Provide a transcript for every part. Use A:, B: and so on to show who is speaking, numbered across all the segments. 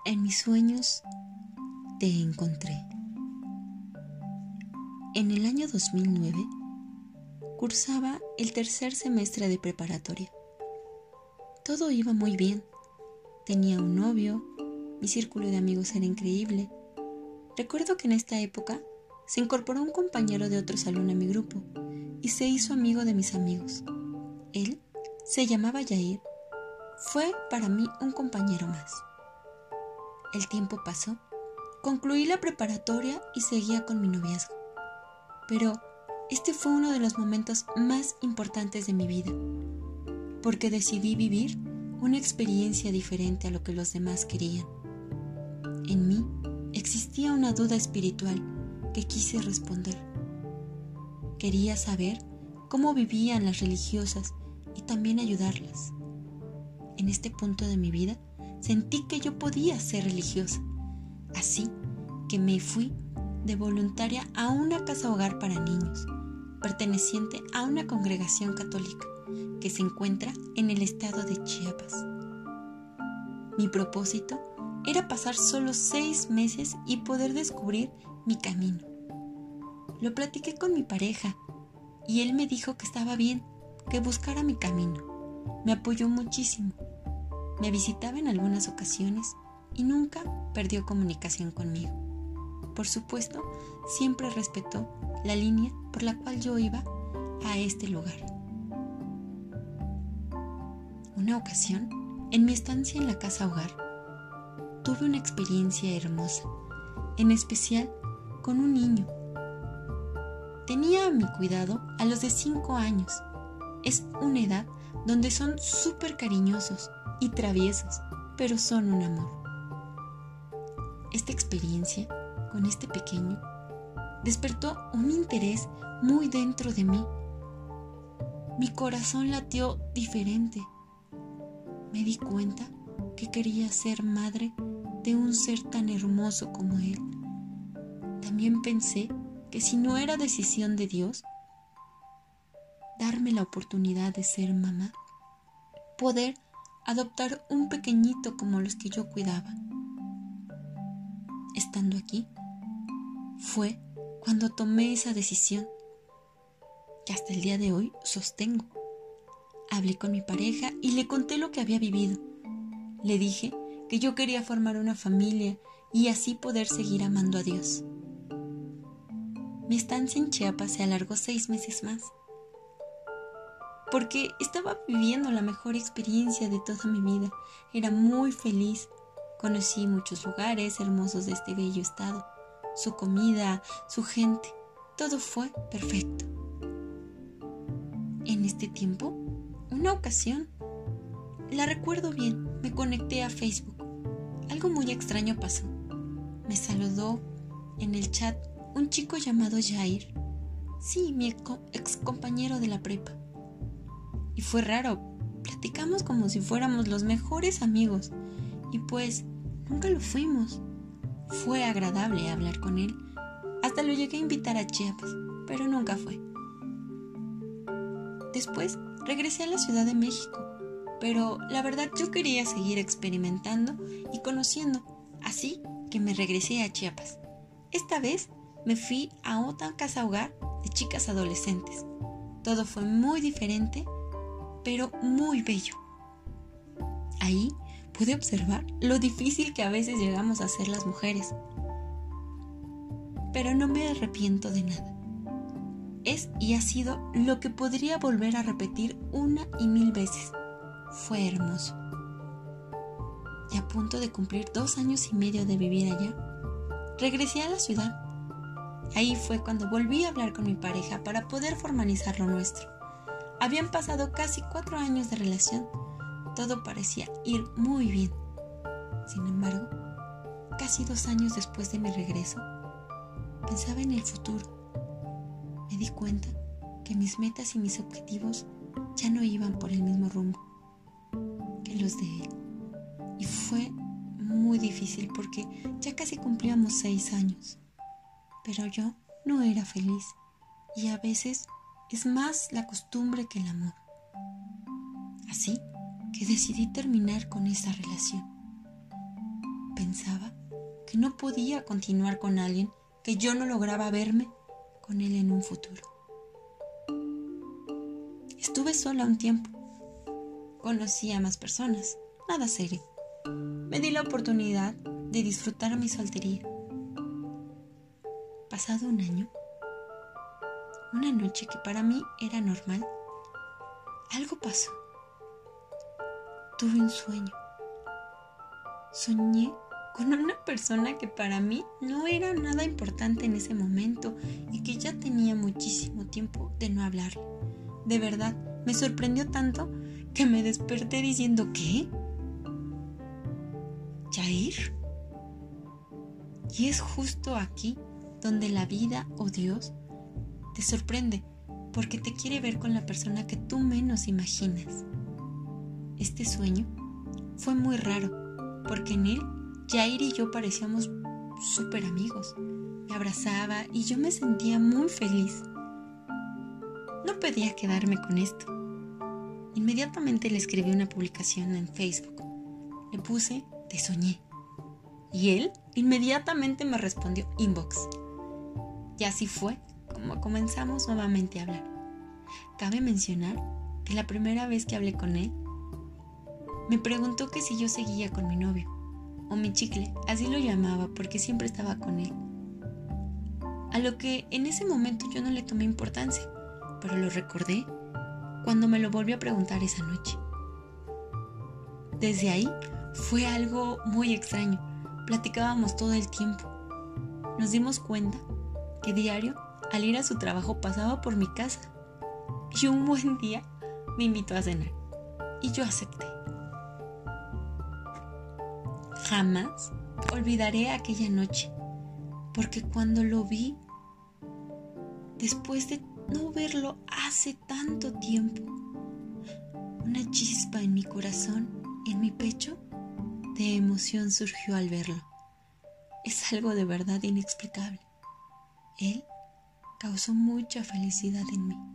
A: En mis sueños te encontré. En el año 2009 cursaba el tercer semestre de preparatoria. Todo iba muy bien. Tenía un novio, mi círculo de amigos era increíble. Recuerdo que en esta época se incorporó un compañero de otro salón a mi grupo y se hizo amigo de mis amigos. Él se llamaba Yair. Fue para mí un compañero más. El tiempo pasó, concluí la preparatoria y seguía con mi noviazgo. Pero este fue uno de los momentos más importantes de mi vida, porque decidí vivir una experiencia diferente a lo que los demás querían. En mí existía una duda espiritual que quise responder. Quería saber cómo vivían las religiosas y también ayudarlas. En este punto de mi vida sentí que yo podía ser religiosa, así que me fui de voluntaria a una casa hogar para niños, perteneciente a una congregación católica que se encuentra en el estado de Chiapas. Mi propósito era pasar solo 6 meses y poder descubrir mi camino. Lo platiqué con mi pareja y él me dijo que estaba bien, que buscara mi camino. Me apoyó muchísimo. Me visitaba en algunas ocasiones y nunca perdió comunicación conmigo. Por supuesto, siempre respetó la línea por la cual yo iba a este lugar. Una ocasión, en mi estancia en la casa hogar, tuve una experiencia hermosa, en especial con un niño. Tenía a mi cuidado a los de 5 años. Es una edad donde son súper cariñosos y traviesos, pero son un amor. Esta experiencia con este pequeño despertó un interés muy dentro de mí. Mi corazón latió diferente. Me di cuenta que quería ser madre de un ser tan hermoso como él. También pensé que si no era decisión de Dios, darme la oportunidad de ser mamá, poder adoptar un pequeñito como los que yo cuidaba. Estando aquí, fue cuando tomé esa decisión que hasta el día de hoy sostengo. Hablé con mi pareja y le conté lo que había vivido. Le dije que yo quería formar una familia y así poder seguir amando a Dios. Mi estancia en Chiapas se alargó 6 meses más, porque estaba viviendo la mejor experiencia de toda mi vida. Era muy feliz. Conocí muchos lugares hermosos de este bello estado. Su comida, su gente, todo fue perfecto. En este tiempo, una ocasión, la recuerdo bien, me conecté a Facebook. Algo muy extraño pasó. Me saludó en el chat un chico llamado Jair. Sí, mi ex compañero de la prepa. Y fue raro, platicamos como si fuéramos los mejores amigos. Y pues, nunca lo fuimos. Fue agradable hablar con él. Hasta lo llegué a invitar a Chiapas, pero nunca fue. Después, regresé a la Ciudad de México. Pero la verdad yo quería seguir experimentando y conociendo. Así que me regresé a Chiapas. Esta vez me fui a otra casa hogar de chicas adolescentes. Todo fue muy diferente, pero muy bello. Ahí pude observar lo difícil que a veces llegamos a ser las mujeres. Pero no me arrepiento de nada. Es y ha sido lo que podría volver a repetir 1 y 1000 veces. Fue hermoso. Y a punto de cumplir 2 años y medio de vivir allá, regresé a la ciudad. Ahí fue cuando volví a hablar con mi pareja para poder formalizar lo nuestro. Habían pasado casi 4 años de relación. Todo parecía ir muy bien. Sin embargo, casi 2 años después de mi regreso, pensaba en el futuro. Me di cuenta que mis metas y mis objetivos ya no iban por el mismo rumbo que los de él. Y fue muy difícil porque ya casi cumplíamos 6 años. Pero yo no era feliz y a veces es más la costumbre que el amor. Así que decidí terminar con esa relación. pensaba que no podía continuar con alguien que yo no lograba verme con él en un futuro. Estuve sola un tiempo. Conocí a más personas, nada serio. Me di la oportunidad de disfrutar mi soltería. Pasado un año, una noche que para mí era normal, algo pasó. Tuve un sueño. Soñé con una persona que para mí no era nada importante en ese momento y que ya tenía muchísimo tiempo de no hablarle. De verdad, me sorprendió tanto que me desperté diciendo, ¿qué? ¿Yair? Y es justo aquí donde la vida o Dios te sorprende porque te quiere ver con la persona que tú menos imaginas. Este sueño fue muy raro porque en él Yair y yo parecíamos súper amigos. Me abrazaba y yo me sentía muy feliz. No podía quedarme con esto. Inmediatamente le escribí una publicación en Facebook. Le puse "Te soñé". Y él inmediatamente me respondió inbox. Y así fue como comenzamos nuevamente a hablar. Cabe mencionar que la primera vez que hablé con él, me preguntó que si yo seguía con mi novio, o mi chicle, así lo llamaba porque siempre estaba con él. A lo que en ese momento yo no le tomé importancia, pero lo recordé cuando me lo volvió a preguntar esa noche. Desde ahí fue algo muy extraño. Platicábamos todo el tiempo. Nos dimos cuenta que diario, al ir a su trabajo, pasaba por mi casa. Y un buen día me invitó a cenar. Y yo acepté. Jamás olvidaré aquella noche, porque cuando lo vi, después de no verlo hace tanto tiempo, una chispa en mi corazón, en mi pecho, de emoción surgió al verlo. Es algo de verdad inexplicable. Él causó mucha felicidad en mí.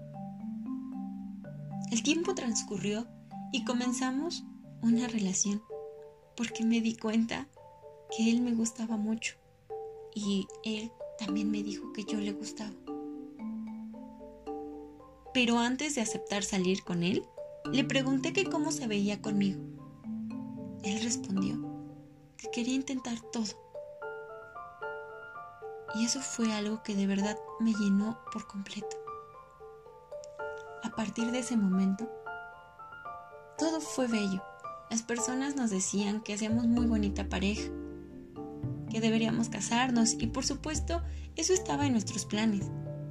A: El tiempo transcurrió y comenzamos una relación, porque me di cuenta que él me gustaba mucho y él también me dijo que yo le gustaba. Pero antes de aceptar salir con él, le pregunté que cómo se veía conmigo. Él respondió que quería intentar todo. Y eso fue algo que de verdad me llenó por completo. A partir de ese momento, todo fue bello. Las personas nos decían que hacíamos muy bonita pareja, que deberíamos casarnos y por supuesto eso estaba en nuestros planes.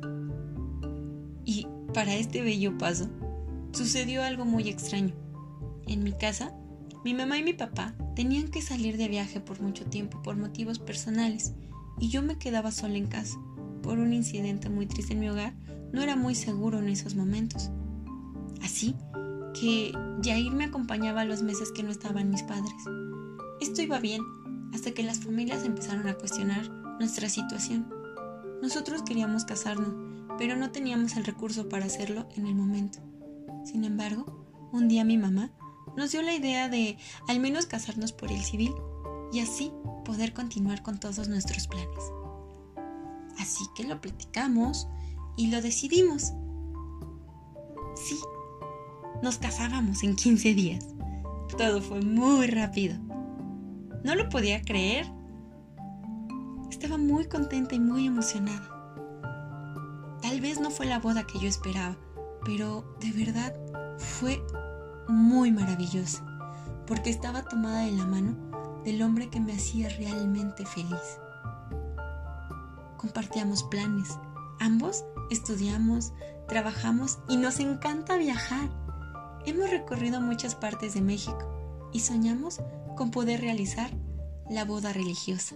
A: Y para este bello paso sucedió algo muy extraño. En mi casa, mi mamá y mi papá tenían que salir de viaje por mucho tiempo por motivos personales y yo me quedaba sola en casa. Por un incidente muy triste en mi hogar, no era muy seguro en esos momentos. Así que Yair me acompañaba los meses que no estaban mis padres. Esto iba bien, hasta que las familias empezaron a cuestionar nuestra situación. Nosotros queríamos casarnos, pero no teníamos el recurso para hacerlo en el momento. Sin embargo, un día mi mamá nos dio la idea de al menos casarnos por el civil y así poder continuar con todos nuestros planes. Así que lo platicamos y lo decidimos. Sí, nos casábamos en 15 días. Todo fue muy rápido. No lo podía creer. Estaba muy contenta y muy emocionada. Tal vez no fue la boda que yo esperaba, pero de verdad fue muy maravillosa, porque estaba tomada de la mano del hombre que me hacía realmente feliz. Compartíamos planes. Ambos estudiamos, trabajamos y nos encanta viajar. Hemos recorrido muchas partes de México y soñamos con poder realizar la boda religiosa.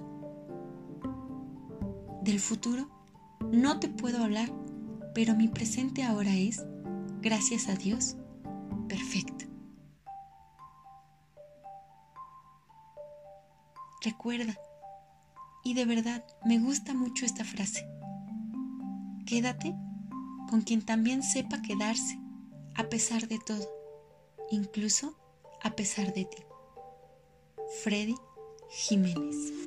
A: Del futuro no te puedo hablar, pero mi presente ahora es, gracias a Dios, perfecto. Recuerda, y de verdad me gusta mucho esta frase, quédate con quien también sepa quedarse, a pesar de todo, incluso a pesar de ti. Freddy Jiménez.